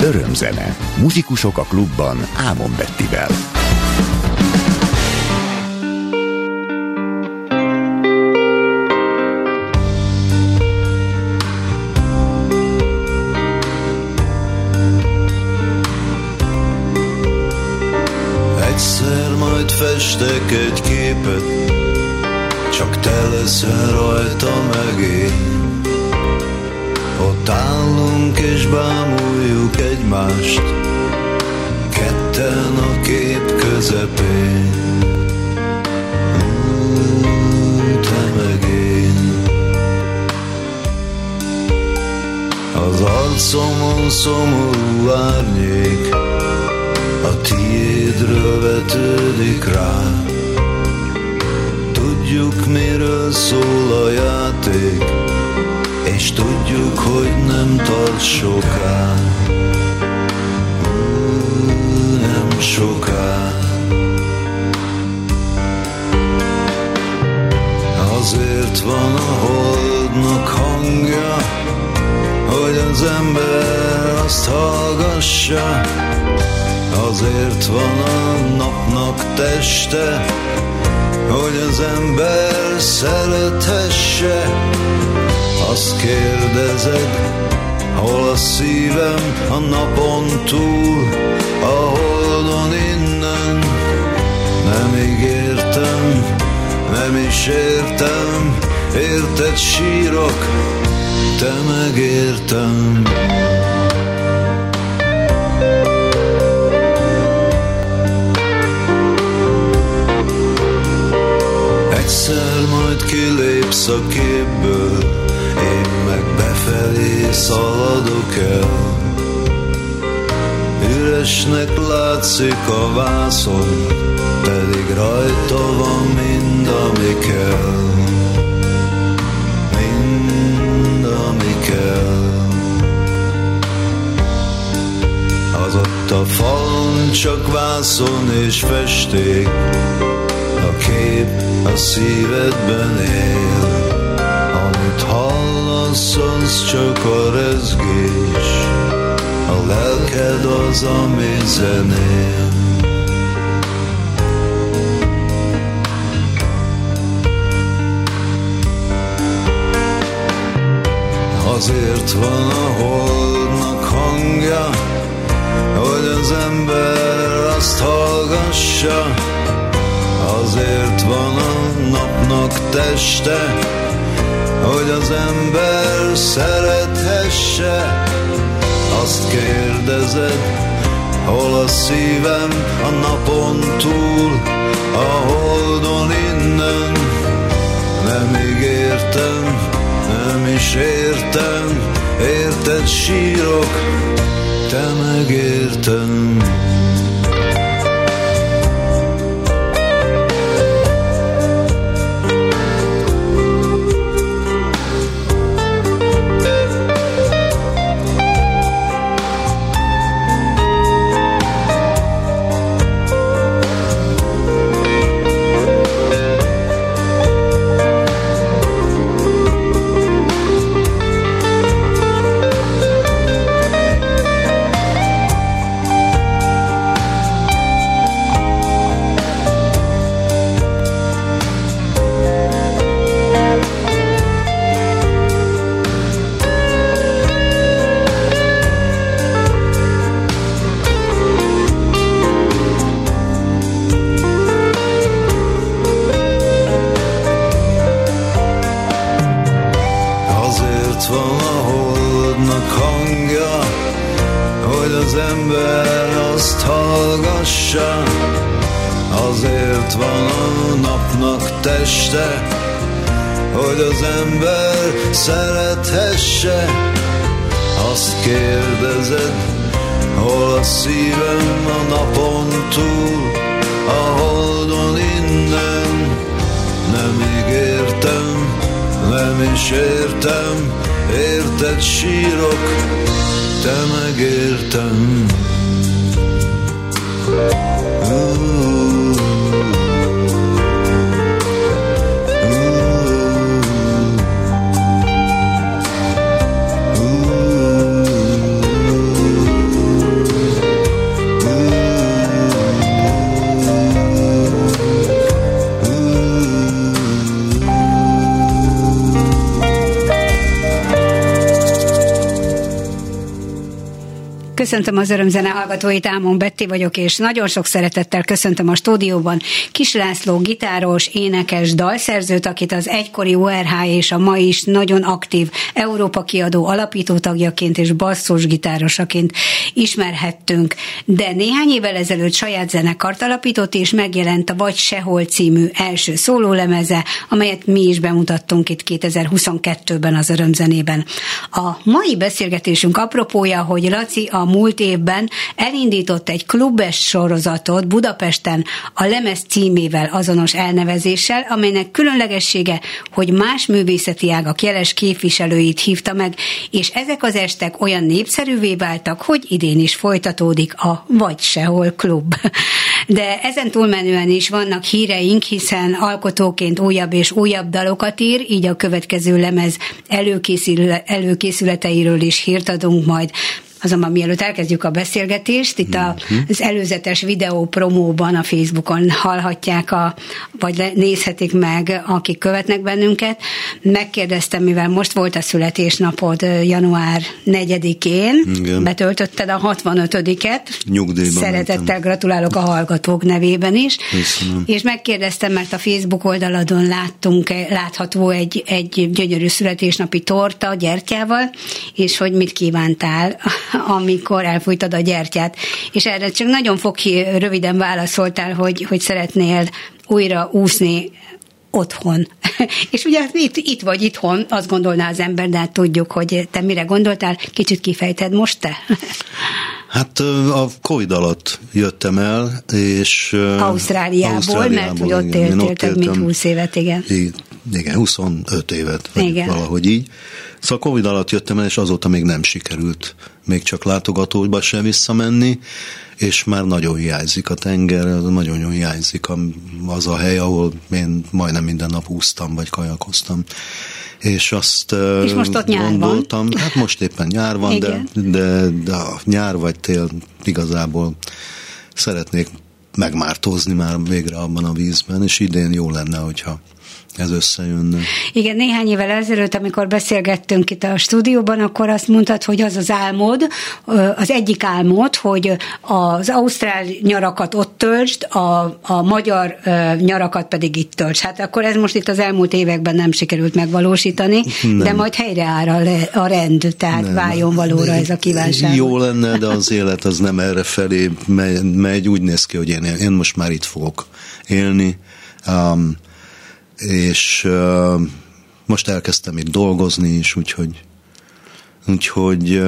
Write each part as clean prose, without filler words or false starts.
Örömzene. Muzsikusok a klubban Ámon Bettivel. Egyszer majd festek egy képet, csak te leszel rajta meg én. Ott állunk és bámuljuk egymást, ketten a kép közepén. Te meg én. Az arcomon szomorú árnyék a tiédről vetődik rá. Tudjuk, miről szól a játék, és tudjuk, hogy nem tart soká. Nem soká. Azért van a holdnak hangja, hogy az ember azt hallgassa. Azért van a napnak teste, hogy az ember szerethesse. Azt kérdezed, hol a szívem a napon túl, a holdon innen. Nem ígértem, nem is értem, érted sírok, te megértem. Egyszer majd kilépsz a képből, én meg befelé szaladok el. Üresnek látszik a vászon, pedig rajta van mind, ami kell. Mind, ami kell. Az ott a falon csak vászon és festék, a kép a szívedben él. Amit hallasz, az csak a rezgés, a lelked az, ami zenél. Azért van a holdnak hangja, hogy az ember azt hallgassa. Azért van a napnak teste, hogy az ember szerethesse. Azt kérdezed, hol a szívem a napon túl, a holdon innen. Nem ígértem, nem is értem, érted sírok, te megértem. Azért van a napnak teste, hogy az ember szerethesse. Azt kérdezed, hol a szívem a napon túl, a holdon innen. Nem ígértem, nem is értem, érted sírok, te megértem. Köszöntöm az Örömzene hallgatóit, Ámon Betti vagyok, és nagyon sok szeretettel köszöntöm a stúdióban Kiss László gitáros, énekes, dalszerzőt, akit az egykori ORH és a ma is nagyon aktív Európa kiadó alapító tagjaként és basszusgitárosaként ismerhettünk. De néhány évvel ezelőtt saját zenekart alapított, és megjelent a Vagy sehol című első szólólemeze, amelyet mi is bemutattunk itt 2022-ben az Örömzenében. A mai beszélgetésünk apropója, hogy Laci a múlt évben elindított egy klubes sorozatot Budapesten a lemez címével azonos elnevezéssel, amelynek különlegessége, hogy más művészeti ágak jeles képviselőit hívta meg, és ezek az estek olyan népszerűvé váltak, hogy idén is folytatódik a Vagy sehol klub. De ezen túlmenően is vannak híreink, hiszen alkotóként újabb és újabb dalokat ír, így a következő lemez előkészületeiről is hírt adunk majd. Azonban mielőtt elkezdjük a beszélgetést, itt az előzetes videó promóban a Facebookon hallhatják, vagy nézhetik meg, akik követnek bennünket. Megkérdeztem, mivel most volt a születésnapod január 4-én, igen, betöltötted a 65-et. Nyugdíjban szeretettel mentem. Gratulálok a hallgatók nevében is. Köszönöm. És megkérdeztem, mert a Facebook oldaladon látható egy gyönyörű születésnapi torta gyertyával, és hogy mit kívántál, amikor elfújtad a gyertyát. És erre csak nagyon röviden válaszoltál, hogy szeretnél újra úszni otthon. És ugye itt vagy itthon, azt gondolná az ember, de hát tudjuk, hogy te mire gondoltál. Kicsit kifejted most te? Hát a Covid alatt jöttem el, és... Ausztráliából, mert hogy ott éltél több mint 20 évet, igen. Igen, 25 évet, vagy valahogy így. Szóval Covid alatt jöttem el, és azóta még nem sikerült még csak látogatóba sem visszamenni, és már nagyon hiányzik a tenger, nagyon hiányzik az a hely, ahol én majdnem minden nap úsztam, vagy kajakoztam. És azt és most ott gondoltam, nyár van. Hát most éppen nyár van, de a nyár vagy tél igazából szeretnék megmártózni már végre abban a vízben, és idén jó lenne, hogyha ez összejönne. Igen, néhány évvel ezelőtt, amikor beszélgettünk itt a stúdióban, akkor azt mondtad, hogy az az álmod, az egyik álmod, hogy az ausztrál nyarakat ott töltsd, a magyar nyarakat pedig itt töltsd. Hát akkor ez most itt az elmúlt években nem sikerült megvalósítani, nem. De majd helyreáll a rend, tehát nem. Váljon valóra ez a kívánság. Jó lenne, de az élet az nem erre felé megy, úgy néz ki, hogy én most már itt fogok élni, és most elkezdtem itt dolgozni is, úgyhogy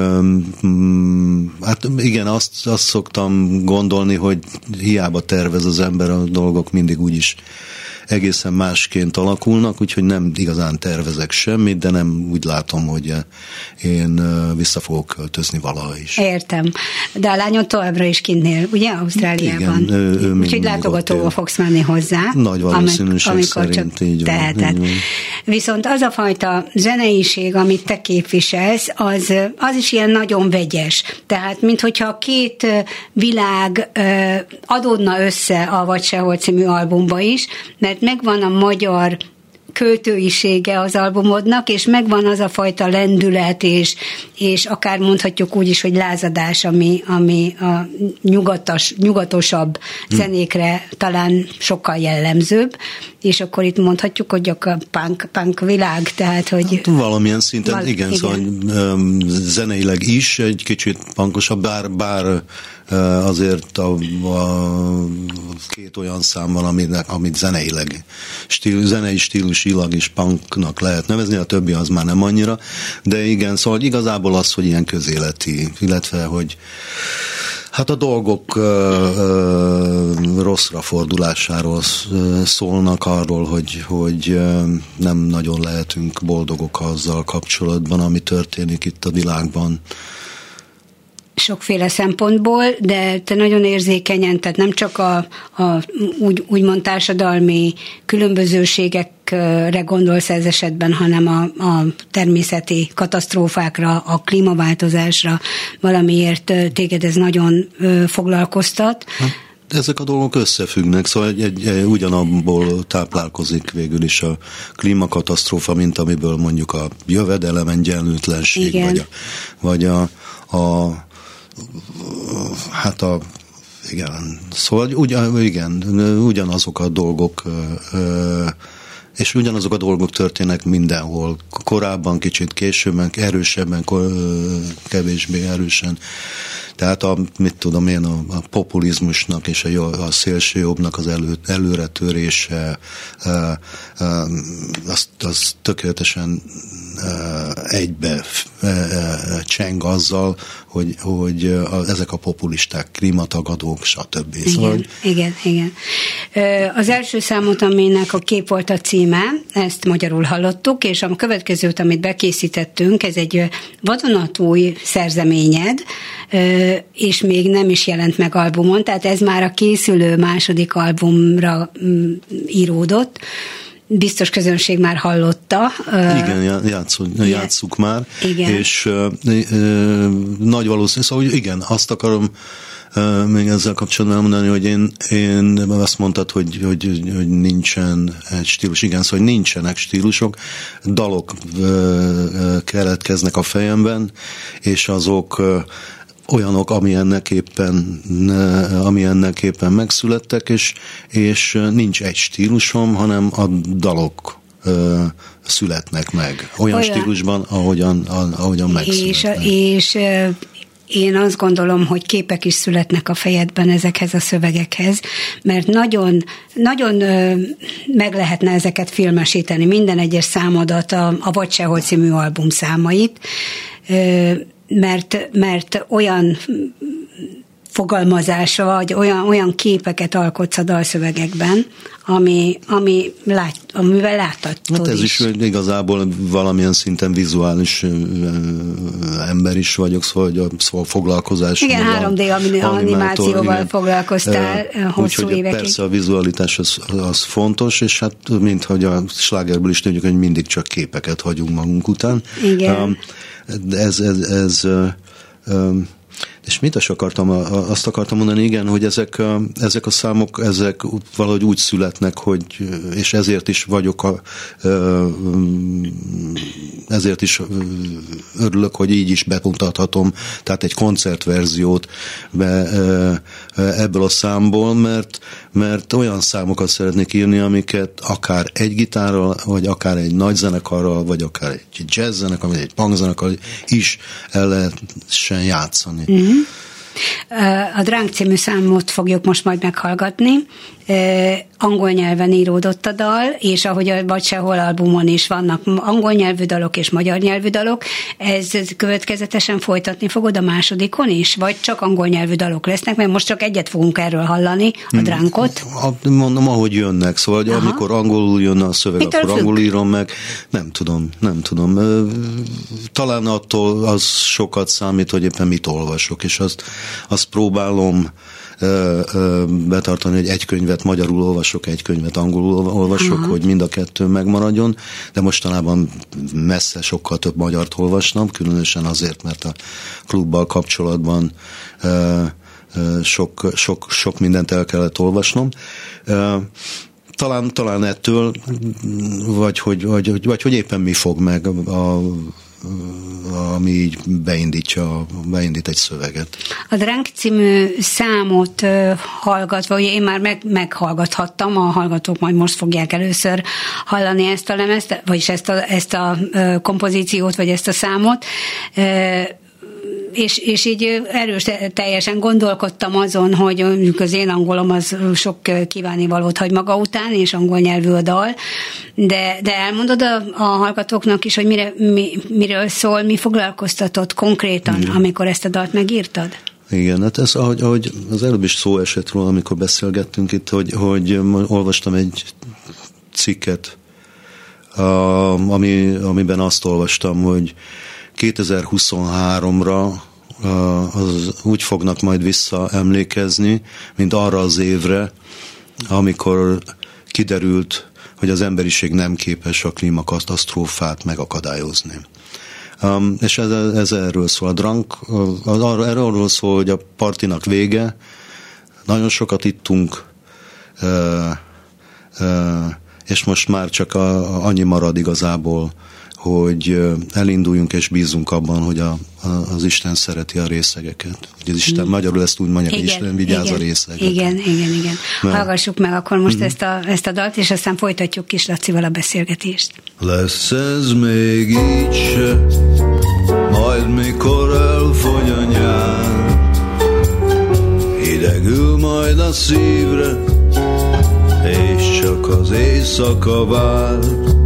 hát igen, azt szoktam gondolni, hogy hiába tervez az ember, a dolgok mindig úgyis egészen másként alakulnak, úgyhogy nem igazán tervezek semmit, de nem úgy látom, hogy én vissza fogok költözni valaha is. Értem. De a lányod továbbra is kinnél, ugye, Ausztráliában? Igen, ő úgyhogy látogatóval fogsz menni hozzá. Nagy valószínűség szerint csak így van. Viszont az a fajta zeneiség, amit te képviselsz, az is ilyen nagyon vegyes. Tehát, minthogyha két világ adódna össze a Vagy sehol című albumba is, mert megvan a magyar költőisége az albumodnak, és megvan az a fajta lendület, és akár mondhatjuk úgy is, hogy lázadás, ami a nyugatosabb zenékre talán sokkal jellemzőbb, és akkor itt mondhatjuk, hogy a punk világ, tehát, hogy... Hát, valamilyen szinten, igen, szóval zeneileg is egy kicsit punkosabb, bár azért a két olyan szám van, amit zeneileg, zenei stílusilag is punknak lehet nevezni, a többi az már nem annyira, de igen, szóval igazából az, hogy ilyen közéleti, illetve, hogy hát a dolgok rosszra fordulásáról szólnak, arról, hogy nem nagyon lehetünk boldogok azzal kapcsolatban, ami történik itt a világban. Sokféle szempontból, de te nagyon érzékenyen, tehát nem csak a úgymond társadalmi különbözőségekre gondolsz ez esetben, hanem a természeti katasztrófákra, a klímaváltozásra, valamiért téged ez nagyon foglalkoztat. Ezek a dolgok összefüggnek, szóval ugyanabból táplálkozik végül is a klímakatasztrófa, mint amiből mondjuk a jövedelem egyenlőtlenség, vagy a hát igen, szóval ugyanazok a dolgok, és ugyanazok a dolgok történnek mindenhol. Korábban, kicsit későbben, erősebben, kevésbé erősen. Tehát a populizmusnak és a szélsőjobbnak az előretörése, az tökéletesen egybe cseng azzal, hogy ezek a populisták, klímatagadók, stb. Igen. Az első számot, aminek a kép volt a címe, ezt magyarul hallottuk, és a következőt, amit bekészítettünk, ez egy vadonatúj szerzeményed, és még nem is jelent meg albumon, tehát ez már a készülő második albumra íródott. Biztos közönség már hallotta. Igen, játsszuk már. Igen. És nagy valószínű, szóval igen, azt akarom még ezzel kapcsolatban mondani, hogy én azt mondtad, hogy nincsen egy stílus. Igen, szóval nincsenek stílusok, dalok keletkeznek a fejemben, és azok olyanok, ami ennek éppen megszülettek, és nincs egy stílusom, hanem a dalok születnek meg. Olyan stílusban, ahogyan megszületnek. És én azt gondolom, hogy képek is születnek a fejedben ezekhez a szövegekhez, mert nagyon, nagyon meg lehetne ezeket filmesíteni, minden egyes számodat, a Vagy sehol című album számait, mert olyan fogalmazása, vagy olyan képeket alkotsz a dalszövegekben, amivel láthatod. Hát ez is igazából valamilyen szinten vizuális ember is vagyok, szóval foglalkozás. Igen, 3D animációval foglalkoztál hosszú évekig. Persze a vizualitás az fontos, és hát minthogy a slágerből is tudjuk, hogy mindig csak képeket hagyunk magunk után. Igen. És mit akartam? Azt akartam mondani, igen, hogy ezek a számok, ezek valahogy úgy születnek, hogy, és ezért is vagyok, ezért is örülök, hogy így is bemutathatom, tehát egy koncertverziót ebből a számból, mert olyan számokat szeretnék írni, amiket akár egy gitárral, vagy akár egy nagy zenekarral, vagy akár egy jazz zenekar, vagy egy punk zenekarral is el lehessen játszani. Mm-hmm. A Drunk című számot fogjuk most majd meghallgatni. Angol nyelven íródott a dal, és ahogy a Vagy sehol albumon is vannak angol nyelvű dalok és magyar nyelvű dalok, ez következetesen folytatni fogod a másodikon is? Vagy csak angol nyelvű dalok lesznek, mert most csak egyet fogunk erről hallani, a Drunkot. Mondom, ahogy jönnek, szóval hogy amikor angolul jön a szöveg, akkor angolul írom meg. Nem tudom. Talán attól az sokat számít, hogy éppen mit olvasok, és azt próbálom betartani, hogy egy könyvet magyarul olvasok, egy könyvet angolul olvasok, hogy mind a kettő megmaradjon, de mostanában messze sokkal több magyart olvasnom, különösen azért, mert a klubbal kapcsolatban sok mindent el kellett olvasnom. Talán ettől, vagy hogy éppen mi fog meg ami így beindít egy szöveget. A Drunk című számot hallgatva, ugye én már meghallgathattam, a hallgatók majd most fogják először hallani ezt a lemezt, vagyis ezt a kompozíciót, vagy ezt a számot, és így teljesen gondolkodtam azon, hogy az én angolom az sok kívánivalót hagy maga után, és angol nyelvű a dal, de elmondod a hallgatóknak is, hogy miről szól, mi foglalkoztatott konkrétan, amikor ezt a dalt megírtad? Igen, hát ez, ahogy az előbb is szó esett róla, amikor beszélgettünk itt, hogy olvastam egy cikket, amiben azt olvastam, hogy 2023-ra az úgy fognak majd visszaemlékezni, mint arra az évre, amikor kiderült, hogy az emberiség nem képes a klímakatasztrófát megakadályozni. És ez erről szól. A Drunk, erről szól, hogy a partinak vége, nagyon sokat ittunk, és most már csak annyi marad igazából, hogy elinduljunk és bízunk abban, hogy az Isten szereti a részegeket. Hogy az Isten, magyarul ezt úgy mondják, hogy Isten vigyáz a részegeket. Igen. Hallgassuk meg akkor most ezt a dalt, és aztán folytatjuk Kis Lacival a beszélgetést. Lesz ez még így se, majd mikor elfogy a nyár, hidegül majd a szívre, és csak az éjszaka vár.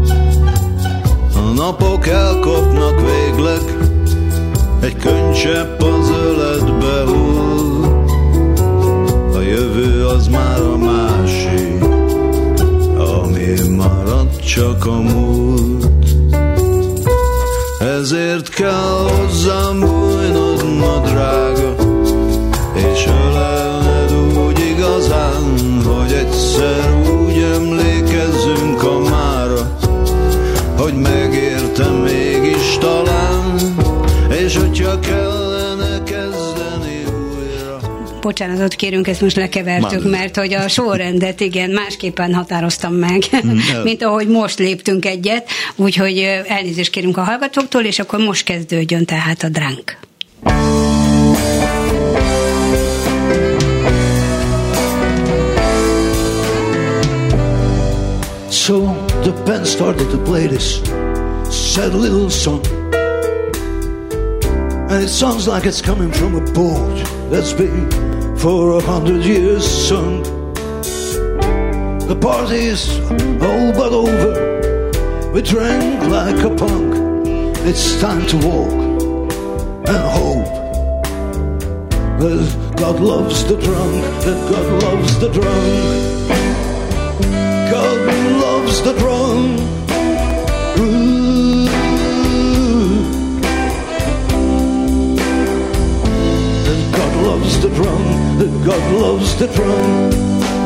A napok elkopnak végleg, egy könycsepp az öletbe hull, a jövő az már a másik, ami maradt csak a múlt. Ezért kell hozzám bújnod, ma drága, és ölelned úgy igazán, hogy egyszer úgy emlékezzünk a mára, hogy megértem mégis talán, és hogyha kellene kezdeni újra. Bocsánatot kérünk, ezt most lekevertük, mert hogy a sorrendet igen, másképpen határoztam meg, mint ahogy most léptünk egyet, úgyhogy elnézést kérünk a hallgatóktól, és akkor most kezdődjön tehát a dránk. So the band started to play this sad little song, and it sounds like it's coming from a boat that's been for 100 years sunk. The party is all but over, we drank like a punk. It's time to walk and hope that God loves the drunk, that God loves the drunk. God loves the drunk. Ooh. That God loves the drunk. That God loves the drunk.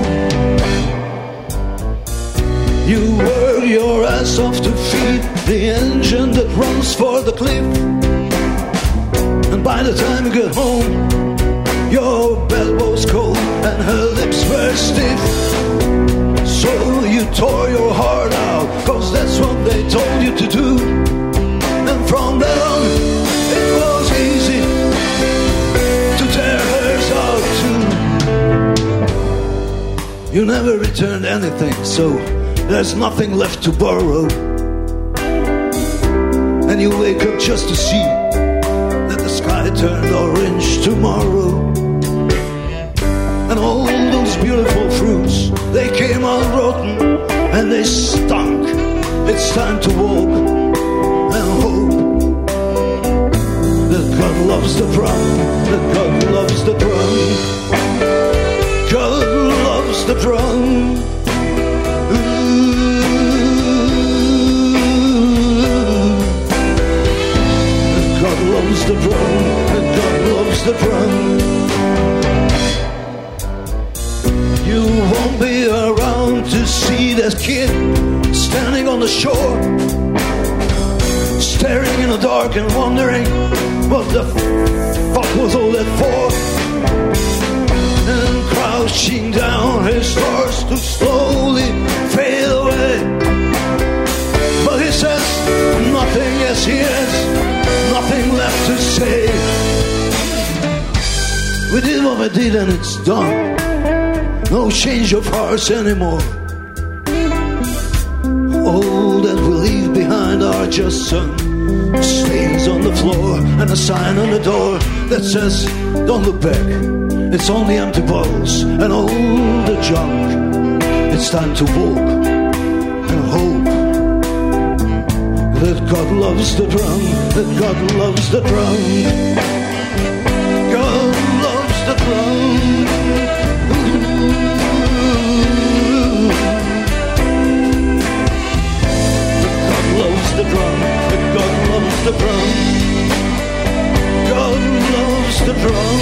You work your ass off to feed the engine that runs for the cliff, and by the time you get home, your bed was cold and her lips were stiff. So you tore your heart out, 'cause that's what they told you to do. And from then on, it was easy to tear hers out too. You never returned anything, so there's nothing left to borrow. And you wake up just to see that the sky turned orange tomorrow. And all those beautiful fruits, they came out rotten and they stunk. It's time to walk and hope that God loves the drunk, that God loves the drunk. God loves the drunk. That God loves the drunk, that God loves the drunk. You won't be around to see that kid standing on the shore, staring in the dark and wondering what the fuck was all that for, and crouching down his stars to slowly fade away. But he says nothing, yes he has nothing left to say. We did what we did and it's done. No change of hearts anymore. All that we leave behind are just some stains on the floor and a sign on the door that says, don't look back. It's only empty bottles and all the junk. It's time to walk and hope that God loves the drunk, that God loves the drunk. God loves the drunk. The drum, that God loves the drum. God loves the drum.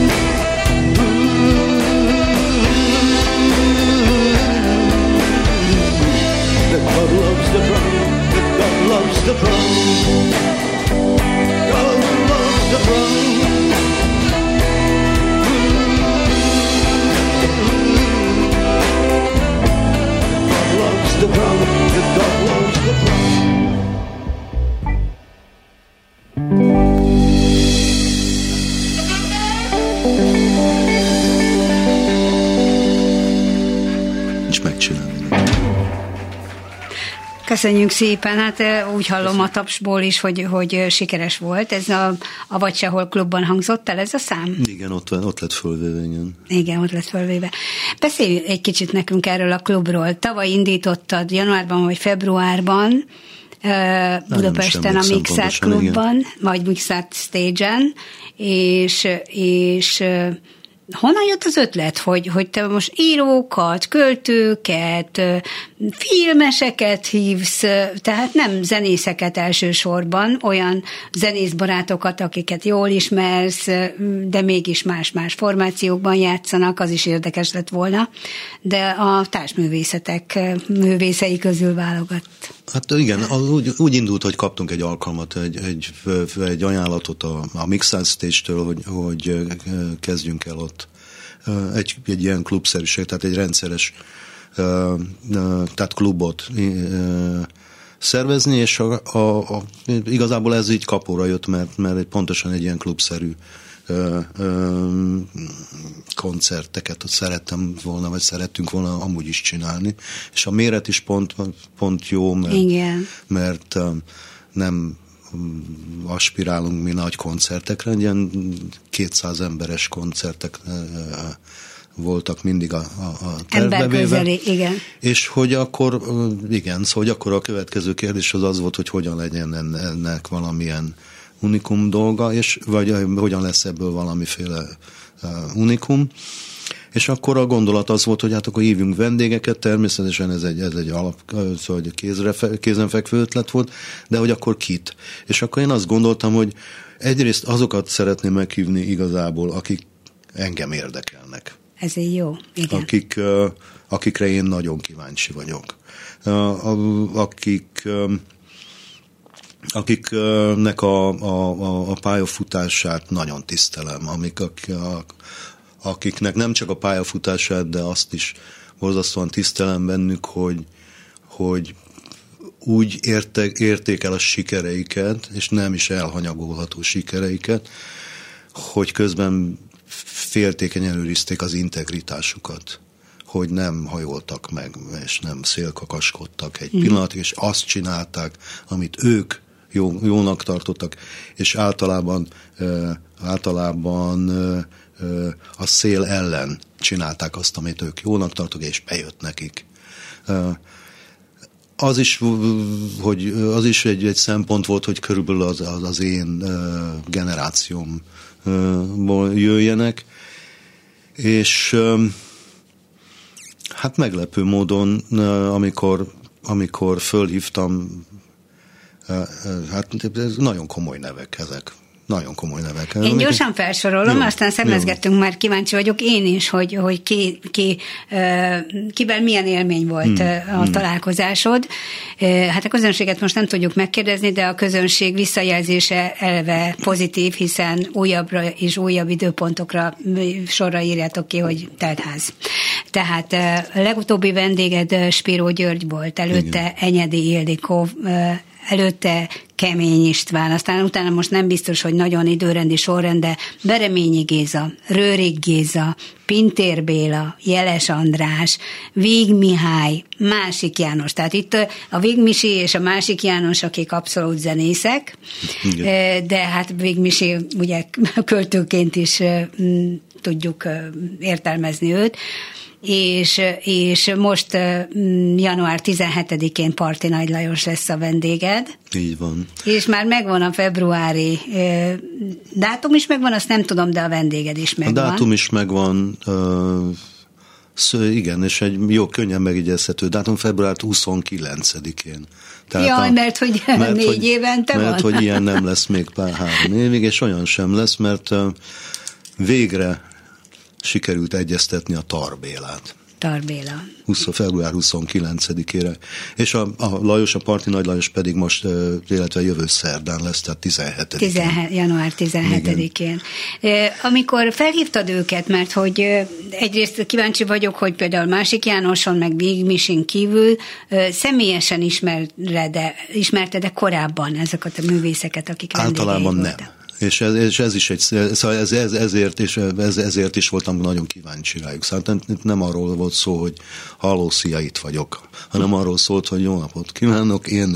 That God loves the drum. That God loves the drum. God loves the drum. Köszönjük szépen, hát úgy hallom a tapsból is, hogy sikeres volt. Ez a Vagy Sehol klubban hangzott el ez a szám? Igen, ott lett fölvéve, igen. Igen, ott lett fölvéve. Beszélj egy kicsit nekünk erről a klubról. Tavaly indítottad januárban vagy februárban Budapesten a Mixart klubban, igen. Vagy Mixart Stage-en, és honnan jött az ötlet, hogy te most írókat, költőket, filmeseket hívsz, tehát nem zenészeket elsősorban, olyan zenészbarátokat, akiket jól ismersz, de mégis más formációkban játszanak, az is érdekes lett volna, de a társművészetek művészei közül válogat. Hát igen, úgy indult, hogy kaptunk egy alkalmat, egy ajánlatot a Mixart Stage-től, hogy kezdjünk el ott egy ilyen klubszerűség, tehát egy rendszeres tehát klubot szervezni, és igazából ez így kapóra jött, mert pontosan egy ilyen klubszerű koncerteket szerettünk volna amúgy is csinálni, és a méret is pont jó, mert nem aspirálunk mi nagy koncertekre, ilyen 200 emberes koncertek voltak mindig a tervbevéve. Igen. És hogy akkor, hogy akkor a következő kérdés az volt, hogy hogyan legyen ennek valamilyen unikum dolga, vagy hogyan lesz ebből valamiféle unikum. És akkor a gondolat az volt, hogy hát akkor hívjunk vendégeket, természetesen ez egy alap, szóval kézenfekvő ötlet volt, de hogy akkor kit. És akkor én azt gondoltam, hogy egyrészt azokat szeretném meghívni igazából, akik engem érdekelnek. Ez így jó, igen. Akikre én nagyon kíváncsi vagyok. Akiknek a pályafutását nagyon tisztelem, akiknek nem csak a pályafutását, de azt is borzasztóan tisztelem bennük, hogy úgy érték el a sikereiket, és nem is elhanyagolható sikereiket, hogy közben féltékeny előrizték az integritásukat, hogy nem hajoltak meg, és nem szélkakaskodtak egy pillanatig, és azt csinálták, amit ők jónak tartottak, és általában a szél ellen csinálták azt, amit ők jónak tartok, és bejött nekik. Az is egy szempont volt, hogy körülbelül az én generációmból jöjjenek, és hát meglepő módon, amikor fölhívtam, hát nagyon komoly nevek ezek. Nagyon komoly nevek. Én gyorsan felsorolom, jó, aztán szemezgettünk, már kíváncsi vagyok én is, hogy kivel milyen élmény volt a találkozásod. Hát a közönséget most nem tudjuk megkérdezni, de a közönség visszajelzése eleve pozitív, hiszen újabbra és újabb időpontokra sorra írjátok ki, hogy teltház. Tehát a legutóbbi vendéged Spiró György volt, előtte igen. Enyedi Ildikó, előtte Kemény István, aztán utána most nem biztos, hogy nagyon időrendi sorrend, de Bereményi Géza, Rőrig Géza, Pintér Béla, Jeles András, Víg Mihály, Másik János. Tehát itt a Víg Misi és a Másik János, akik abszolút zenészek, igen. De hát Víg Misi ugye költőként is tudjuk értelmezni őt, és most január 17-én Parti Nagy Lajos lesz a vendéged. Így van. És már megvan a februári dátum is megvan, azt nem tudom, de a vendéged is megvan. A dátum is megvan, igen, és egy jó, könnyen megígyezhető dátum, február 29-én. Tehát mert hogy 4 évente van. Mert hogy ilyen nem lesz még 3 évig, és olyan sem lesz, mert végre sikerült egyeztetni a Tarbélát. Tarbéla. Február 29-ére. És a Lajos, a Parti Nagy Lajos pedig most, illetve jövő szerdán lesz, tehát 17-én. Január 17-én. Amikor felhívtad őket, mert hogy egyrészt kíváncsi vagyok, hogy például Másik Jánoson, meg Víg Misin kívül ismerted-e korábban ezeket a művészeket, akik általában nem. És ez is szóval ezért is voltam nagyon kíváncsi rájuk. Szóval nem arról volt szó, hogy halló, szia, itt vagyok, hanem arról szólt, hogy jó napot kívánok, én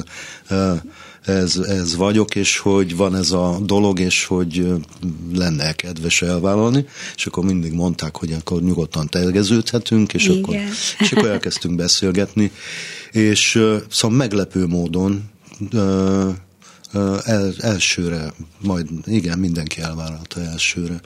ez vagyok, és hogy van ez a dolog, és hogy lenne kedves elvállalni, és akkor mindig mondták, hogy akkor nyugodtan tegeződhetünk, és akkor elkezdtünk beszélgetni, és szóval meglepő módon elsőre, majd igen, mindenki elvállalta elsőre.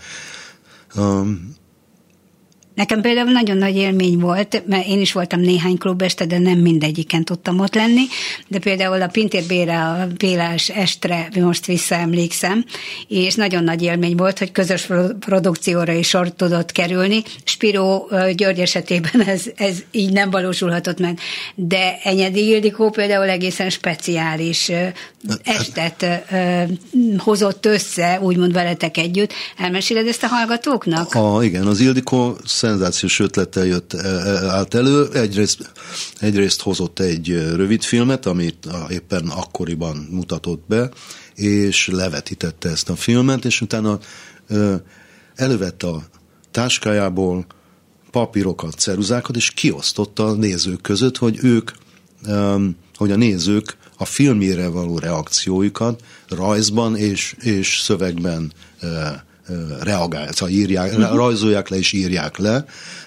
Nekem például nagyon nagy élmény volt, mert én is voltam néhány klubeste, de nem mindegyiken tudtam ott lenni, de például a Pintér Bélás estre most visszaemlékszem, és nagyon nagy élmény volt, hogy közös produkcióra is sor tudott kerülni. Spiró György esetében ez így nem valósulhatott meg, de Enyedi Ildikó például egészen speciális estet hozott össze, úgymond veletek együtt. Elmeséled ezt a hallgatóknak? Igen, az Ildikó szenzációs ötlettel állt elő. Egyrészt hozott egy rövidfilmet, amit éppen akkoriban mutatott be, és levetítette ezt a filmet, és utána elővette a táskájából papírokat, ceruzákat, és kiosztotta a nézők között, hogy a nézők a filmjére való reakcióikat rajzban és szövegben reagálják, szóval rajzolják le és írják le,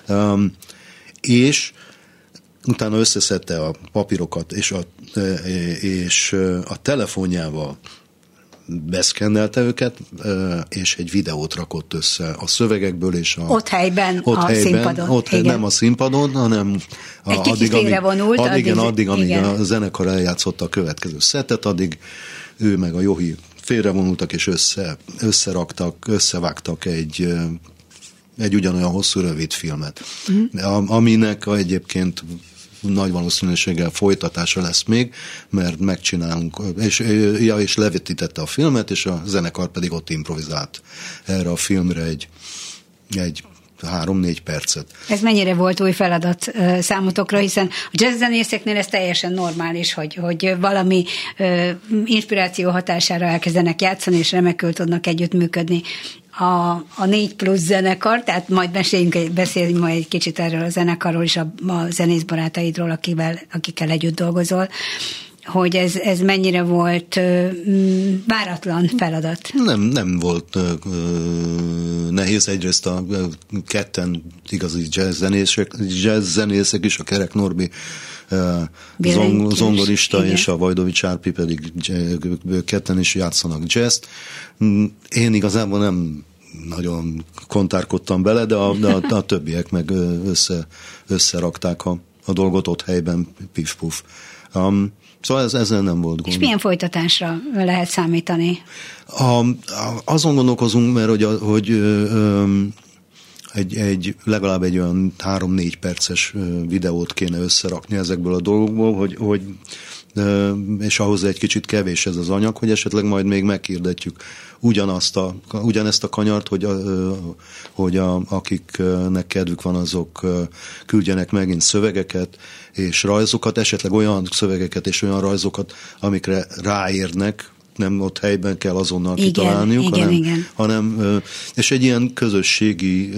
és utána összeszedte a papírokat, és a telefonjával beszkennelte őket, és egy videót rakott össze a szövegekből, és ott helyben a színpadon. Nem a színpadon, hanem addig, amíg a zenekar eljátszotta a következő szettet, addig ő meg a Johi félrevonultak, és összevágtak egy ugyanolyan hosszú rövid filmet, aminek egyébként nagy valószínűséggel folytatása lesz még, mert megcsinálunk, és levetítette a filmet, és a zenekar pedig ott improvizált erre a filmre egy 3-4 percet. Ez mennyire volt új feladat számotokra, hiszen a jazzzenészeknél ez teljesen normális, hogy valami inspiráció hatására elkezdenek játszani, és remekül tudnak együttműködni. A 4+ zenekar, tehát majd beszéljünk majd egy kicsit erről a zenekarról és a zenész barátaidról, akikkel együtt dolgozol, hogy ez mennyire volt váratlan feladat? Nem volt nehéz. Egyrészt a ketten igazi jazzzenészek is, a Kerek Norbi zongorista, igen, és a Vajdovics Árpi pedig ketten is játszanak jazzt. Én nem nagyon kontárkodtam bele, de a többiek meg összerakták a dolgot ott helyben, pif-puf. Szóval ezzel nem volt gond. És milyen folytatásra lehet számítani? Azon gondolkozunk, mert hogy legalább egy olyan 3-4 perces videót kéne összerakni ezekből a dolgokból, és ahhoz egy kicsit kevés ez az anyag, hogy esetleg majd még meghirdetjük ugyanezt a kanyart, hogy akiknek kedvük van, azok küldjenek megint szövegeket és rajzokat, esetleg olyan szövegeket és olyan rajzokat, amikre ráérnek, nem ott helyben kell azonnal kitalálniuk, hanem és egy ilyen közösségi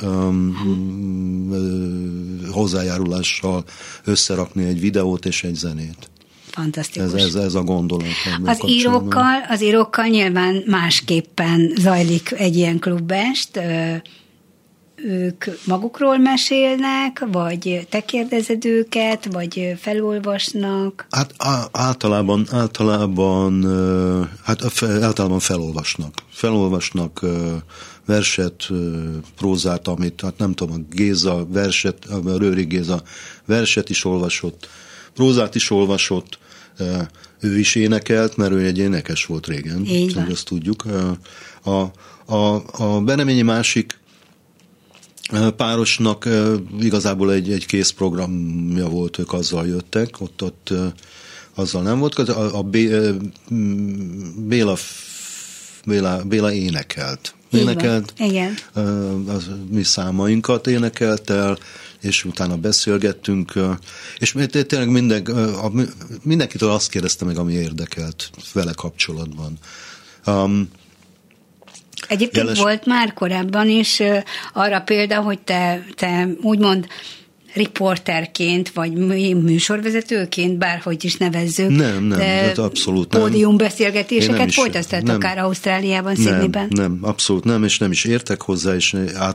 hozzájárulással összerakni egy videót és egy zenét. Fantasztikus. Ez a gondolat. Az írókkal nyilván másképpen zajlik egy ilyen klubest. Ők magukról mesélnek, vagy te kérdezed őket, vagy felolvasnak? Hát általában felolvasnak. Felolvasnak verset, prózát, amit nem tudom, a Géza verset, a Rőri Géza verset is olvasott, prózát is olvasott, ő is énekelt, mert ő egy énekes volt régen, ezt tudjuk. A Beneményi másik párosnak igazából egy kész programja volt, ők azzal jöttek, ott azzal nem volt. A Béla énekelt. Igen. Az mi számainkat énekelt el, és utána beszélgettünk, és tényleg mindenkitől azt kérdezte meg, ami érdekelt vele kapcsolatban. Egyébként volt már korábban is arra példa, hogy te úgymond riporterként, vagy műsorvezetőként, bárhogy is nevezzük. Nem, abszolút nem. Pódiumbeszélgetéseket folytatsz akár Ausztráliában, Sydneyben? Nem, abszolút nem, és nem is értek hozzá, és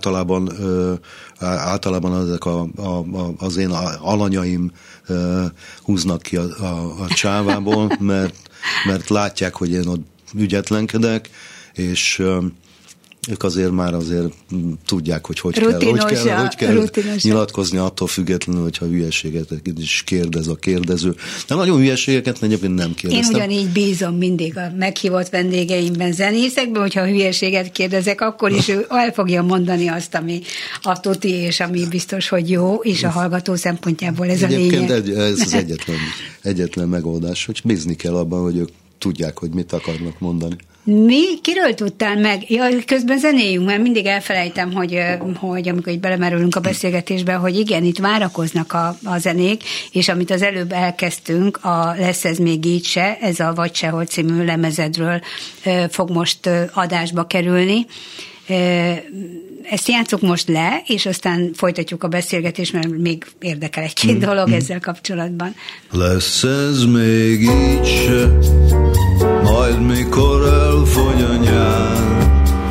általában ezek az én alanyaim húznak ki a csávából, mert látják, hogy én ott ügyetlenkedek, és ők azért tudják, hogy kell nyilatkozni, attól függetlenül, hogyha hülyeséget is kérdez a kérdező. De nagyon hülyeségeket egyébként nem kérdeztem. Én ugyanígy bízom mindig a meghívott vendégeimben, zenészekben, hogyha hülyességet kérdezek, akkor is ő el fogja mondani azt, ami a tuti, és ami biztos, hogy jó, és a hallgató szempontjából ez egyébként a lényeg. Ez az egyetlen megoldás, hogy bízni kell abban, hogy ők tudják, hogy mit akarnak mondani. Kiről tudtál meg? Ja, közben zenéljünk, mert mindig elfelejtem, hogy amikor így belemerülünk a beszélgetésbe, hogy igen, itt várakoznak a zenék, és amit az előbb elkezdtünk, Lesz ez még így se, ez a Vagy sehol című lemezedről fog most adásba kerülni. Ezt játsszuk most le, és aztán folytatjuk a beszélgetést, mert még érdekel egy-két dolog ezzel kapcsolatban. Lesz ez még így se, majd mikor elfogy a nyár,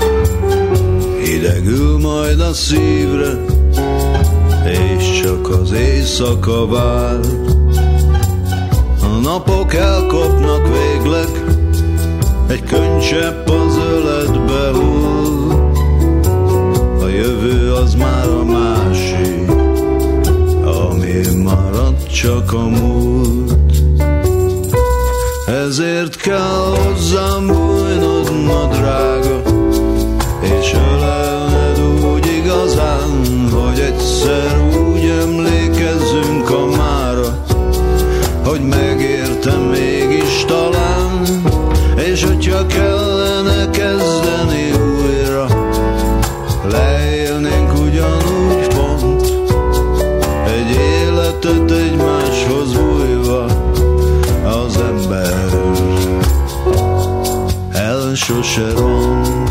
hidegül majd a szívre, és csak az éjszaka vár. A napok elkopnak végleg, egy könycsepp az öletbe hull, a jövő az már a másik, ami maradt csak a múlt. Ezért kell hozzám bújnod, ma drága, és ölelned úgy igazán, hogy egyszer úgy emlékezzünk a mára, hogy megértem mégis talán, és hogyha kellene kezdeni újra, leélnénk ugyanúgy pont egy életet egymáshoz bújva. Az ember el sose ront.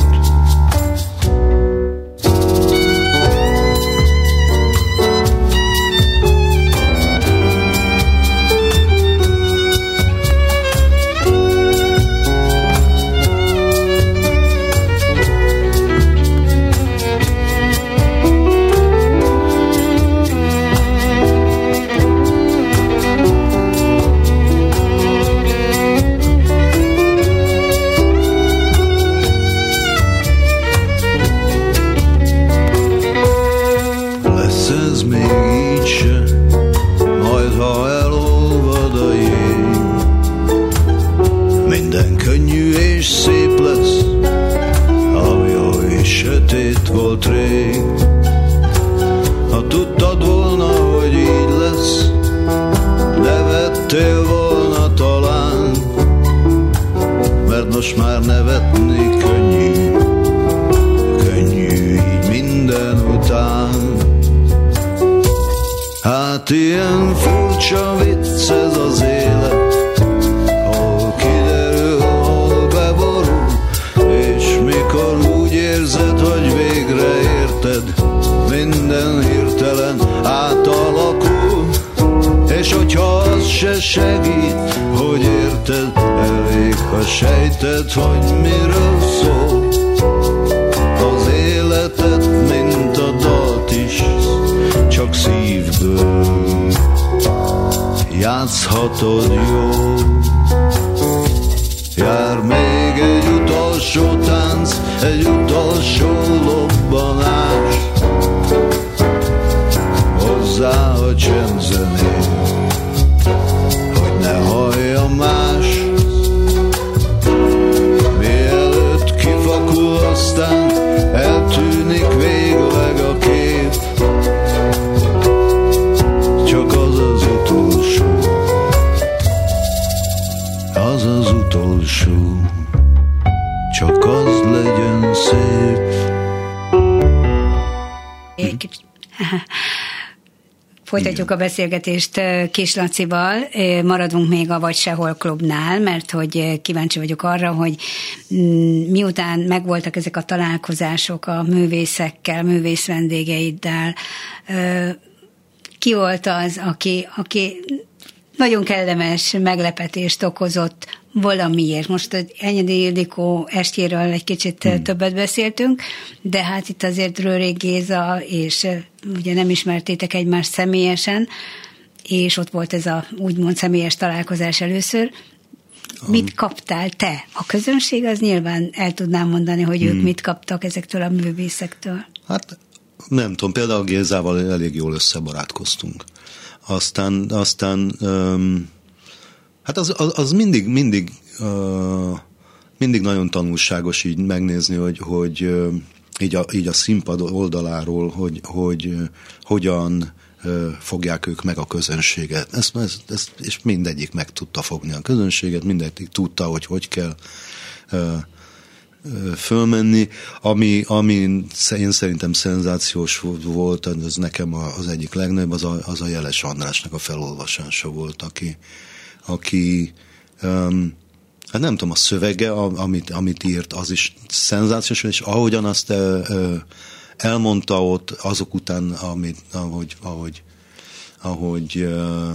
Ilyen furcsa vicc ez az élet, hol kiderül, hol beborul, és mikor úgy érzed, hogy végre érted, minden hirtelen átalakul, és hogyha az se segít, hogy érted, elég, ha sejted, hogy miről szól. Az életet, mint a dalt is, csak szívből játszhatod jól. Jár még egy utolsó tánc, egy utolsó lobbanás, hozzá a csendzenél, hogy ne hallja más. Mielőtt kifakul, aztán eltűnik végleg a kép, csak az az utolsó, az az utolsó, csak az legyen szép. Folytatjuk a beszélgetést Kiss Lacival, maradunk még a Vagy Sehol klubnál, mert hogy kíváncsi vagyok arra, hogy miután megvoltak ezek a találkozások a művészekkel, művész vendégeiddel, ki volt az, aki nagyon kellemes meglepetést okozott valamiért. Most az Enyedi Ildikó estjéről egy kicsit többet beszéltünk, de hát itt azért Rőrék Géza, és ugye nem ismertétek egymást személyesen, és ott volt ez a úgymond személyes találkozás először. Mit kaptál te? A közönség az nyilván el tudnám mondani, hogy ők mit kaptak ezektől a művészektől. Hát nem tudom, például Gézával elég jól összebarátkoztunk. Aztán hát az mindig nagyon tanulságos így megnézni, hogy így a színpad oldaláról, hogy hogyan fogják ők meg a közönséget. És mindegyik meg tudta fogni a közönséget, mindegyik tudta, hogy kell fölmenni. Ami én szerintem szenzációs volt, az nekem az egyik legnagyobb, az a Jeles Andrásnak a felolvasása volt, aki hát nem tudom, a szövege, amit írt, az is szenzációs, és ahogyan azt elmondta ott azok után, ahogy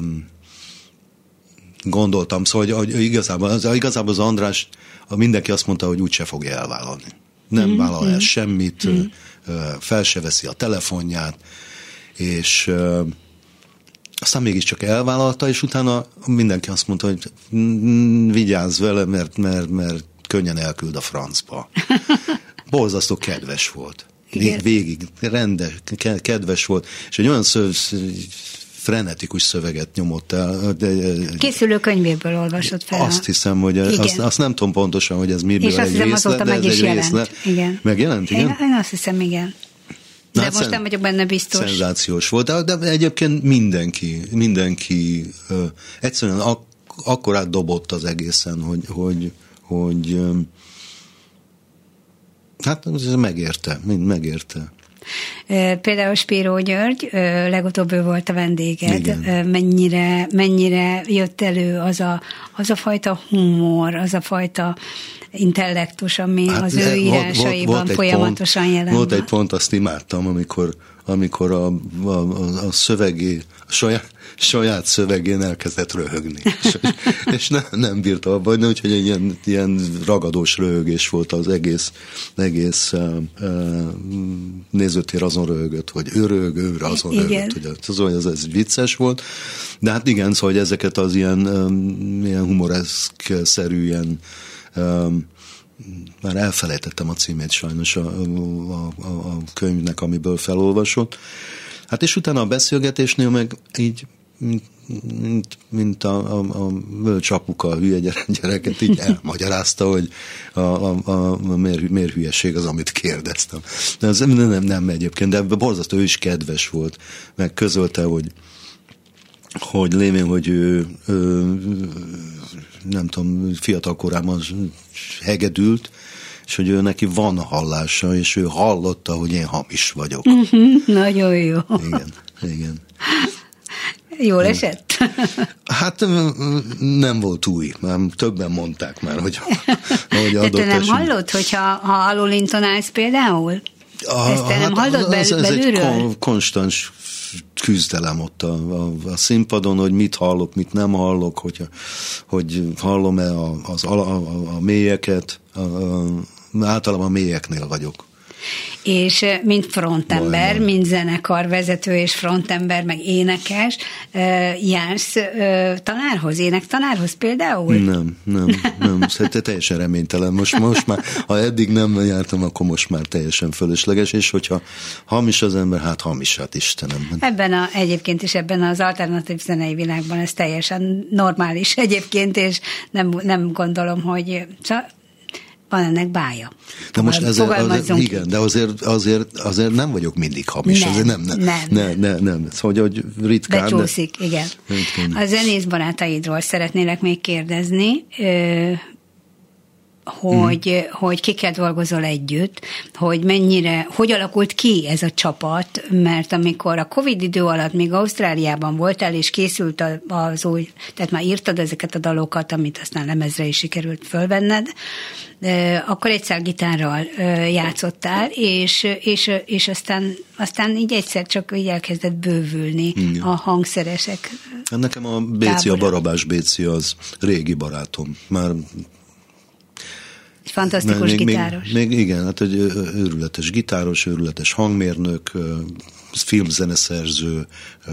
gondoltam. Szóval, hogy igazából az András, mindenki azt mondta, hogy úgyse fogja elvállalni. Nem vállal el semmit, fel se veszi a telefonját, és aztán mégiscsak elvállalta, és utána mindenki azt mondta, hogy vigyázz vele, mert könnyen elküld a francba. Borzasztó kedves volt. Végig rendes, kedves volt, és egy olyan frenetikus szöveget nyomott el. Készülő könyvéből olvasott fel. Azt hiszem, hogy azt nem tudom pontosan, hogy ez miből egy részlet, de ez egy részlet. Igen. Megjelent, igen? Én azt hiszem, igen. De hát most nem vagyok benne biztos. Szenzációs volt, de egyébként mindenki egyszerűen akkor átdobott az egészen, hogy hát megérte. Például Spíró György, legutóbb ő volt a vendéged, mennyire jött elő az a fajta humor, az a fajta intellektus, ami az ő írásaiban folyamatosan jelen. Volt egy pont, azt imádtam, amikor a szövegé, saját szövegén elkezdett röhögni. és nem bírta abba, úgyhogy egy ilyen ragadós röhögés volt az egész nézőtér azon röhögött, hogy ő röhög, ő azon röhögött. Hogy ez vicces volt. De hát igen, szóval hogy ezeket az ilyen humoreszk-szerű ilyen már elfelejtettem a címét sajnos a könyvnek, amiből felolvasott. Hát és utána a beszélgetésnél meg így, mint a bölcs apuka, a hülye gyereket így elmagyarázta, hogy miért hülyeség az, amit kérdeztem. De ez nem egyébként, de borzasztó, ő is kedves volt, meg közölte, hogy lévén, hogy ő nem tudom, fiatal korában hegedült, és hogy ő neki van hallása, és ő hallotta, hogy én hamis vagyok. Nagyon jó. Igen. Jól esett? Hát nem volt új, már többen mondták már, hogy de te nem hallod, hogyha alulintonálsz például? Ezt te nem hallod belülről? Ez egy konstans küzdelem ott a színpadon, hogy mit hallok, mit nem hallok, hogy hallom-e a mélyeket, általában a mélyeknél vagyok. És mint frontember, mint zenekarvezető és frontember, meg énekes, jársz tanárhoz, énektanárhoz például? Nem. Szerintem teljesen reménytelen. Most már, ha eddig nem jártam, akkor most már teljesen fölösleges, és hogyha hamis az ember, hát hamis, hát Istenem. Egyébként is ebben az alternatív zenei világban ez teljesen normális egyébként, és nem gondolom, hogy... van ennek bája. De most igen, de azért nem vagyok mindig hamis. Nem. Szóval, hogy ritkán. Becsúszik, igen. A zenész barátaidról szeretnélek még kérdezni. hogy kikkel dolgozol együtt, hogy alakult ki ez a csapat, mert amikor a Covid idő alatt még Ausztráliában voltál, és készült az új, tehát már írtad ezeket a dalokat, amit aztán lemezre is sikerült fölvenned, akkor egyszer gitárral játszottál, és aztán így egyszer csak így elkezdett bővülni a hangszeresek. Nekem a Béci, a Barabás Béci az régi barátom. Már fantasztikus gitáros. Még igen, hát egy őrületes gitáros, őrületes hangmérnök, filmzeneszerző,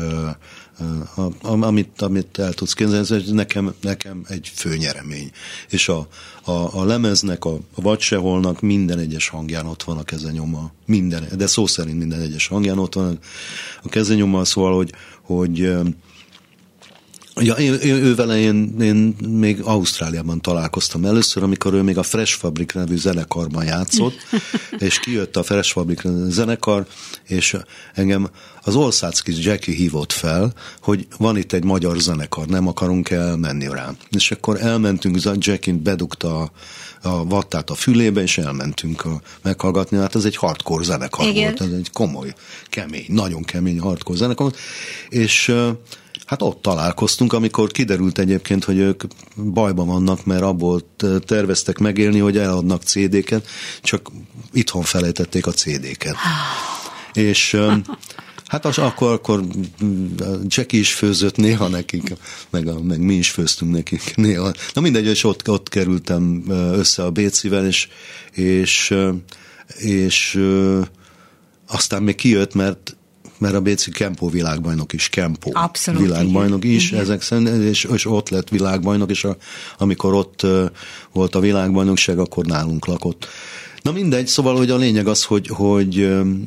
amit el tudsz képzelni, ez nekem egy főnyeremény. És a lemeznek, a Vagy seholnak minden egyes hangján ott van a kezenyoma. De szó szerint minden egyes hangján ott van a kezenyoma, szóval, hogy ővele én még Ausztráliában találkoztam először, amikor ő még a Fresh Fabric nevű zenekarban játszott, és kijött a Fresh Fabric zenekar, és engem az Olszáckis Jackie hívott fel, hogy van itt egy magyar zenekar, nem akarunk elmenni rá. És akkor elmentünk, Jackie bedugta a vattát a fülébe, és elmentünk meghallgatni, hát ez egy hardcore zenekar volt, ez egy komoly, kemény, nagyon kemény hardcore zenekar volt, és hát ott találkoztunk, amikor kiderült egyébként, hogy ők bajban vannak, mert abból terveztek megélni, hogy eladnak CD-ket, csak itthon felejtették a CD-ket. És hát akkor Jackie is főzött néha nekik, meg mi is főztünk nekik néha. Na mindegy, és ott kerültem össze a Bécivel, és aztán még kijött, mert a Béci Kempó világbajnok is, abszolút, világbajnok is, ezek szerint, és ott lett világbajnok, és amikor ott volt a világbajnokság, akkor nálunk lakott. Na mindegy, szóval, hogy a lényeg az, hogy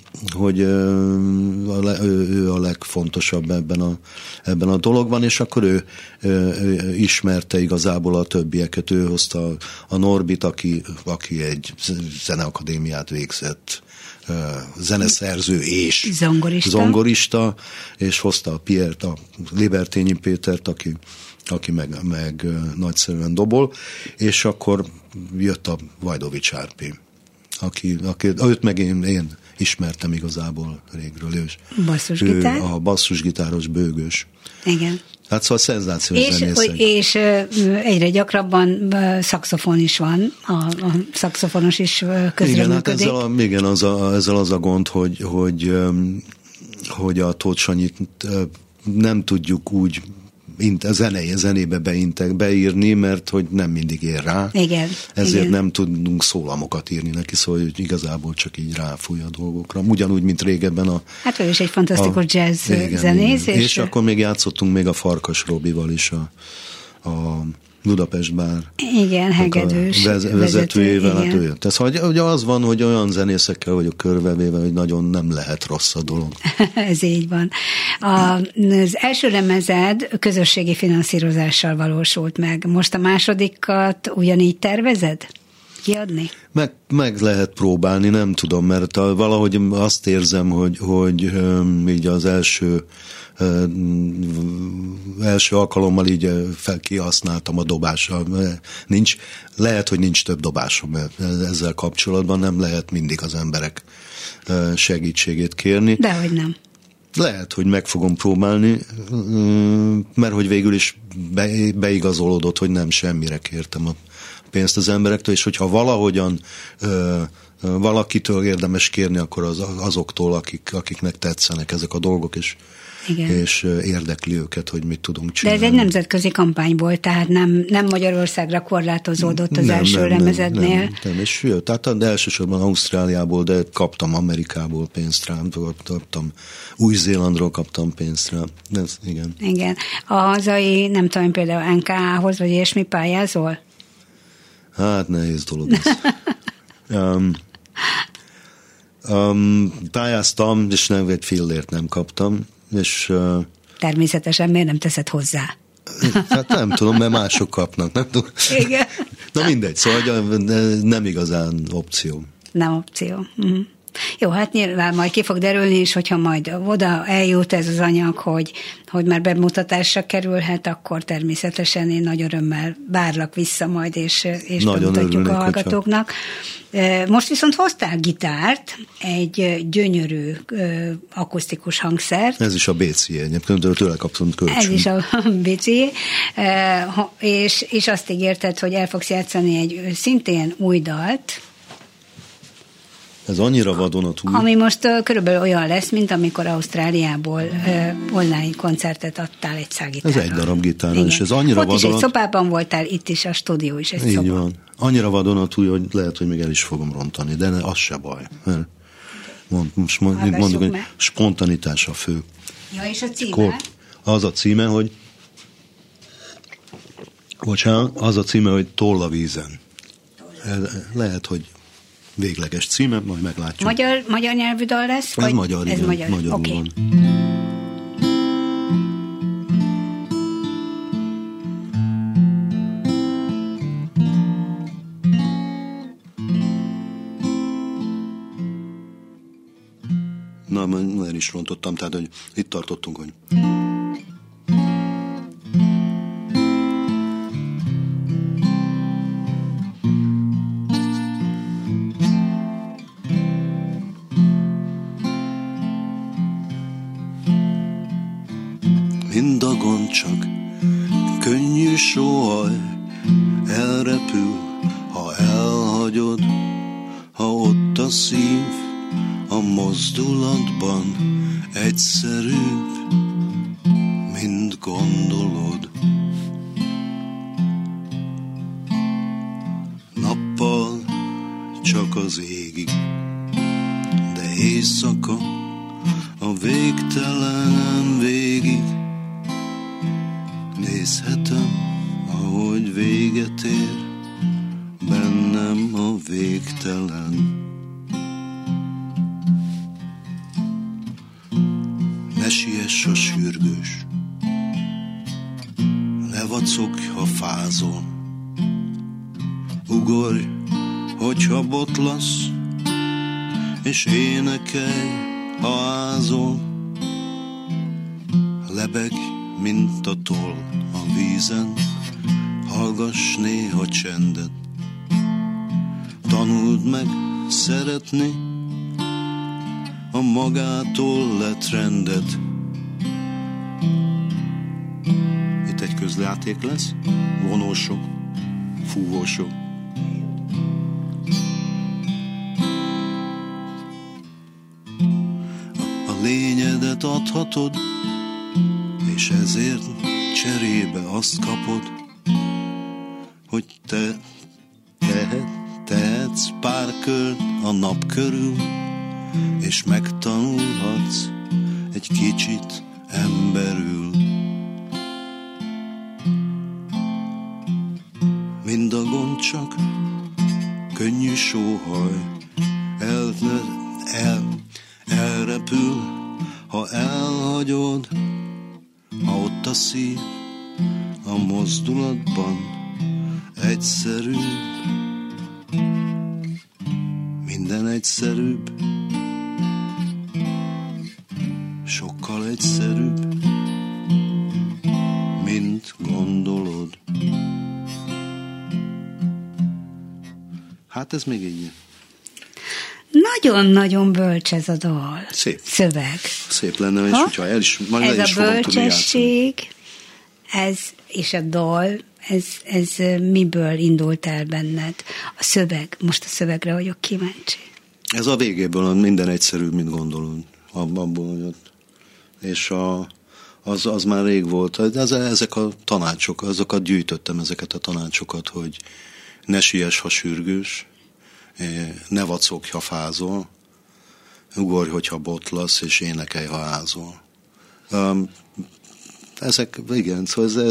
ő a legfontosabb ebben a dologban, és akkor ő ismerte igazából a többieket, ő hozta a Norbit, aki egy zeneakadémiát végzett, zeneszerző és zongorista, és hozta a Piert, a Libertényi Pétert, aki meg nagyszerűen dobol, és akkor jött a Vajdovics Árpi, őt meg én ismertem igazából régről, basszusgitár? A basszusgitáros bőgős. Igen. Hát szóval szenzációs zenészek. És egyre gyakrabban szaxofon is van, a szaxofonos is közreműködik. Igen, ezzel az a gond, hogy a Tóth Sanyit nem tudjuk úgy zenébe beírni, mert hogy nem mindig ér rá. Igen. Ezért nem tudunk szólamokat írni neki, szóval hogy igazából csak így ráfúj a dolgokra. Ugyanúgy, mint régebben hát ő is egy fantasztikus jazz zenész. És akkor még játszottunk még a Farkas Robival is a Budapest Bár. Igen, hegedűs vezetőjével. Hát ő. Tehát ugye az van, hogy olyan zenészekkel vagyok körbevéve, hogy nagyon nem lehet rossz a dolog. Ez így van. Az első lemezed közösségi finanszírozással valósult meg. Most a másodikat ugyanígy tervezed kiadni? Meg lehet próbálni, nem tudom, mert valahogy azt érzem, hogy így az első alkalommal így kihasználtam a dobással. Lehet, hogy nincs több dobásom ezzel kapcsolatban, nem lehet mindig az emberek segítségét kérni. Dehogy nem. Lehet, hogy meg fogom próbálni, mert hogy végül is beigazolódott, hogy nem semmire kértem a pénzt az emberektől, és hogyha valahogyan valakitől érdemes kérni, akkor azoktól, akiknek tetszenek ezek a dolgok, és érdekli őket, hogy mit tudunk csinálni. De ez egy nemzetközi kampány volt, tehát nem Magyarországra korlátozódott az első lemezednél. Nem, és jött, tehát elsősorban Ausztráliából, de kaptam Amerikából pénzt rá, kaptam Új-Zélandról kaptam pénzt rá. Igen. Igen. A hazai, nem tudom, például NKA-hoz, vagy ilyesmi pályázol? Hát nehéz dolog ez. Pályáztam, és nem egy fillért nem kaptam, és természetesen miért nem teszed hozzá? Hát nem tudom, mert mások kapnak, nem tudom. Igen. Na mindegy, szóval nem igazán opció. Nem opció. Uh-huh. Jó, hát nyilván majd ki fog derülni, és hogyha majd oda eljut ez az anyag, hogy már bemutatásra kerülhet, akkor természetesen én nagy örömmel várlak vissza majd, és bemutatjuk a hallgatóknak. Most viszont hoztál gitárt, egy gyönyörű akusztikus hangszert. Ez is a BC-je, egyébként tőle kaptunk kölcsön. Ez is a BC-je, és azt ígérted, hogy el fogsz játszani egy szintén új dalt. Ez annyira vadonatúj. Ami most körülbelül olyan lesz, mint amikor Ausztráliából online koncertet adtál egy szágitárral. Ez egy darab gitárral, és ez annyira vadonatúj. Ott is egy szobában voltál, itt is a stúdió is egy így szoba. Így van. Annyira vadonatúj, hogy lehet, hogy még el is fogom rontani, de az se baj. Most mondjuk, hogy spontanitás a fő. Ja, és a címe? Az a címe, hogy Toll a vízen. Lehet, hogy végleges címe, majd meglátjuk. Magyar nyelvű dal lesz? Ez magyar, igen. Magyarul okay. van. Na, már is rontottam, tehát, hogy itt tartottunk, hogy... Mind a gond csak könnyű sóhaj, elrepül, ha elhagyod, ha ott a szív, a mozdulatban egyszerűbb, mint gondolod. Nappal csak az égig, de éjszaka a végtelenen végig. Nézhetem, ahogy véget ér bennem a végtelen. Ne siess a sürgős, ne vacogj, ha fázol. Ugorj, hogyha botlasz, és énekelj, ha ázol. Lebegj, mint a toll a vízen, hallgass néha csendet. Tanuld meg szeretni a magától lett rendet. Itt egy közjáték lesz, vonósok, fúvósok. A lényedet adhatod, és ezért cserébe azt kapod, hogy te tehetsz pár kört a nap körül, és megtanulhatsz egy kicsit emberül. Mind a gond csak könnyű sóhaj, elrepül, ha elhagyod, ha ott a szív, a mozdulatban egyszerűbb, minden egyszerűbb, sokkal egyszerűbb, mint gondolod. Hát ez még így. Nagyon-nagyon bölcs ez a dal. Szép. Szöveg. Szép lenne, és hogyha el is, majd ez el is a bölcsesség, ez és a dal, ez miből indult el benned? A szöveg, most a szövegre vagyok kíváncsi. Ez a végéből minden egyszerűbb, mint gondolod. Abból, hogy ott. És az már rég volt. Ezek a tanácsok, azokat gyűjtöttem, ezeket a tanácsokat, hogy ne siess, ha sürgős, ne vacogj, ha fázol, ugorj, hogyha botlasz, és énekelj, ha ázol. Ezek, igen, szóval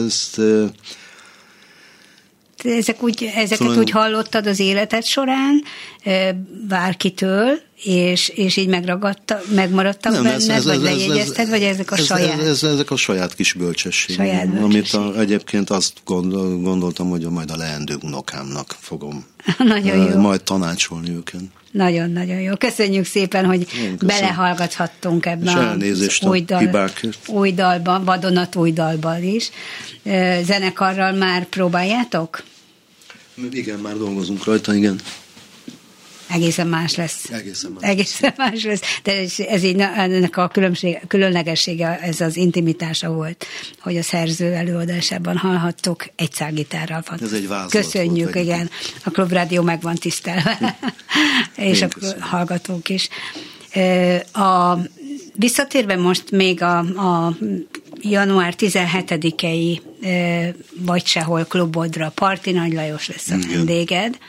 ezeket úgy hallottad az életed során, bárkitől, és így megmaradtak benned, vagy lejegyezted, vagy ezek a saját? Ezek a saját kis bölcsességem, amit egyébként azt gondoltam, hogy majd a leendő unokámnak fogom majd tanácsolni őket. Nagyon-nagyon jó. Köszönjük szépen, hogy belehallgathattunk ebben az új dalban, vadonatúj dalban is. Zenekarral már próbáljátok? Igen, már dolgozunk rajta, igen. Egészen más lesz. Egészen más lesz. De ez így, ennek a különlegessége, ez az intimitása volt, hogy a szerző előadásában hallhattok egy szálgitárral. Ez egy vázlat. Köszönjük, volt, igen. A Klubrádió meg van tisztelve. És a hallgatók is. Visszatérve most még a január 17-i Vagy Sehol klubodra, Parti Nagy Lajos lesz a vendéged.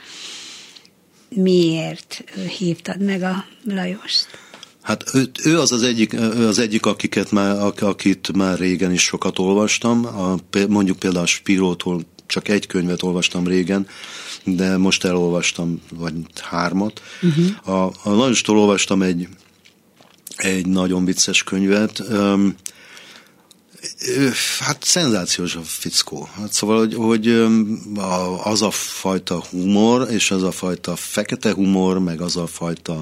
Miért hívtad meg a Lajost? Hát ő az egyik, akit már régen is sokat olvastam. Mondjuk például a Spirótól csak egy könyvet olvastam régen, de most elolvastam vagy 3. A Lajostól olvastam egy nagyon vicces könyvet. Hát szenzációs a fickó. Hát szóval, hogy az a fajta humor, és az a fajta fekete humor, meg az a fajta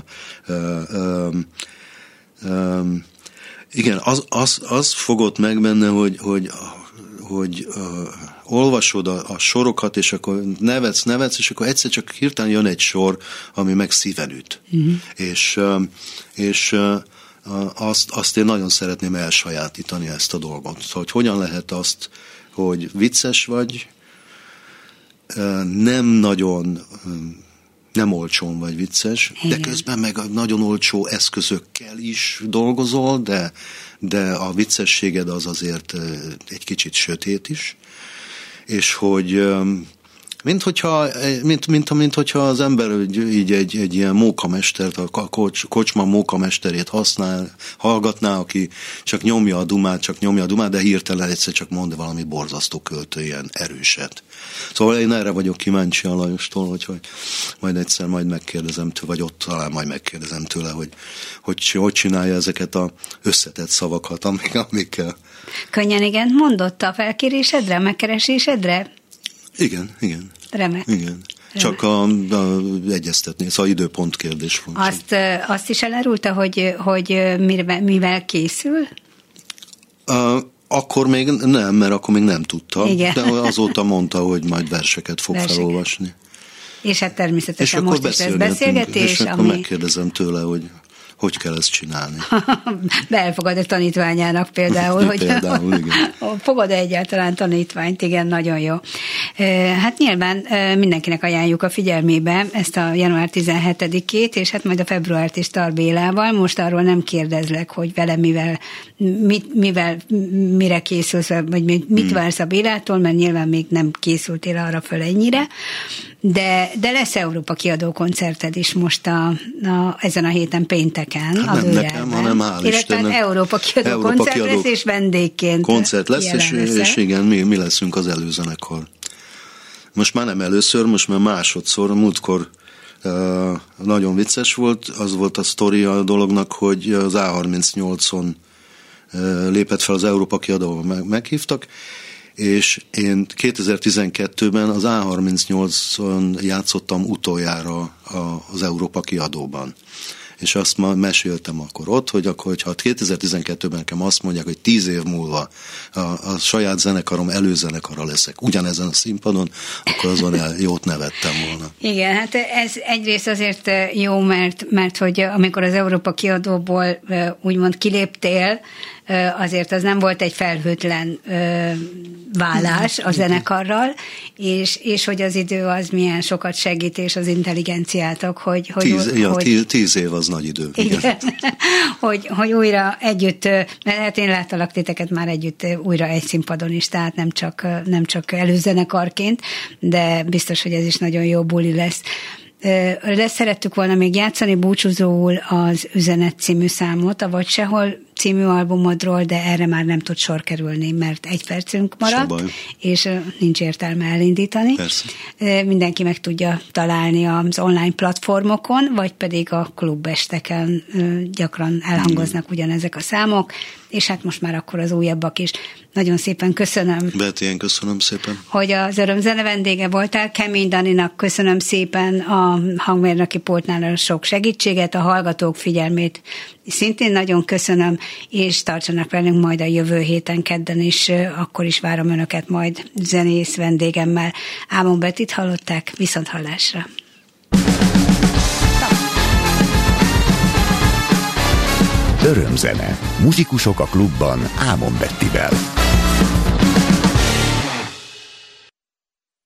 igen, az fogott meg benne, hogy olvasod a sorokat, és akkor nevetsz, és akkor egyszer csak hirtelen jön egy sor, ami meg szíven üt. És azt én nagyon szeretném elsajátítani, ezt a dolgot. Szóval, hogy hogyan lehet azt, hogy vicces vagy, nem olcsón vagy vicces, igen, de közben meg nagyon olcsó eszközökkel is dolgozol, de a viccességed az egy kicsit sötét is, és hogy mint hogyha az ember így egy ilyen mókamestert, a kocsma mókamesterét hallgatná, aki csak nyomja a dumát, de hirtelen egyszer csak mond valami borzasztó költő, ilyen erőset. Szóval én erre vagyok kíváncsi a Lajostól, hogy majd egyszer megkérdezem tőle, vagy ott talán majd megkérdezem tőle, hogy csinálja ezeket az összetett szavakat, amikkel. Könnyen igen, mondott a felkérésedre, a megkeresésedre? Igen. Remek. Igen. Csak egyeztetni, szóval időpont kérdés fontos. Azt is elárulta, hogy mivel készül? Akkor még nem, mert akkor még nem tudta. Igen. De azóta mondta, hogy majd verseket fog felolvasni. És hát természetesen most is lesz beszélgetés. És akkor megkérdezem tőle, hogy kell ezt csinálni. Elfogad a tanítványának például. Például, igen. Fogad egyáltalán tanítványt, igen, nagyon jó. Hát nyilván mindenkinek ajánljuk a figyelmébe ezt a január 17-ét, és hát majd a februárt is Tar Bélával. Most arról nem kérdezlek, hogy vele mire készülsz, vagy mit vársz a Bélától, mert nyilván még nem készültél arra föl ennyire. De lesz Európa kiadó koncerted is most ezen a héten pénteken. Hát nem nekem, hanem hál' Istennek. Európa kiadó koncert lesz, és vendégként koncert lesz, és igen, mi leszünk az előzenekar. Most már nem először, most már másodszor. Múltkor nagyon vicces volt, az volt a sztori a dolognak, hogy az A38-on lépett fel az Európa kiadóval, meghívtak, és én 2012-ben az A38-on játszottam utoljára az Európa kiadóban. És azt ma meséltem akkor ott, hogy akkor, hogyha 2012-ben nekem azt mondják, hogy 10 év múlva a saját zenekarom előzenekara leszek ugyanezen a színpadon, akkor azon jót nevettem volna. Igen, hát ez egyrészt azért jó, mert hogy amikor az Európa kiadóból úgymond kiléptél, azért az nem volt egy felhőtlen vállás a zenekarral, és hogy az idő az milyen sokat segít, és az intelligenciátok, hogy 10 év az nagy idő. Igen. hogy újra együtt, mert hát én láttalak titeket már együtt újra egy színpadon is, tehát nem csak előzenekarként, de biztos, hogy ez is nagyon jó buli lesz. Szerettük volna még játszani búcsúzóul az Üzenet című számot, a Vagy Sehol című albumodról, de erre már nem tud sor kerülni, mert 1 percünk maradt, és nincs értelme elindítani. Persze. Mindenki meg tudja találni az online platformokon, vagy pedig a klubesteken gyakran elhangoznak ugyanezek a számok, és hát most már akkor az újabbak is. Nagyon szépen köszönöm. Beti, én köszönöm szépen. Hogy az Örömzene vendége voltál. Kemény Daninak köszönöm szépen a hangmérnöki pultnál a sok segítséget, a hallgatók figyelmét szintén nagyon köszönöm, és tartsanak velünk majd a jövő héten kedden is, akkor is várom önöket majd zenész vendégemmel. Ámon Bettit hallották, viszont hallásra. Örömzene. Muzsikusok a klubban Ámon Bettivel.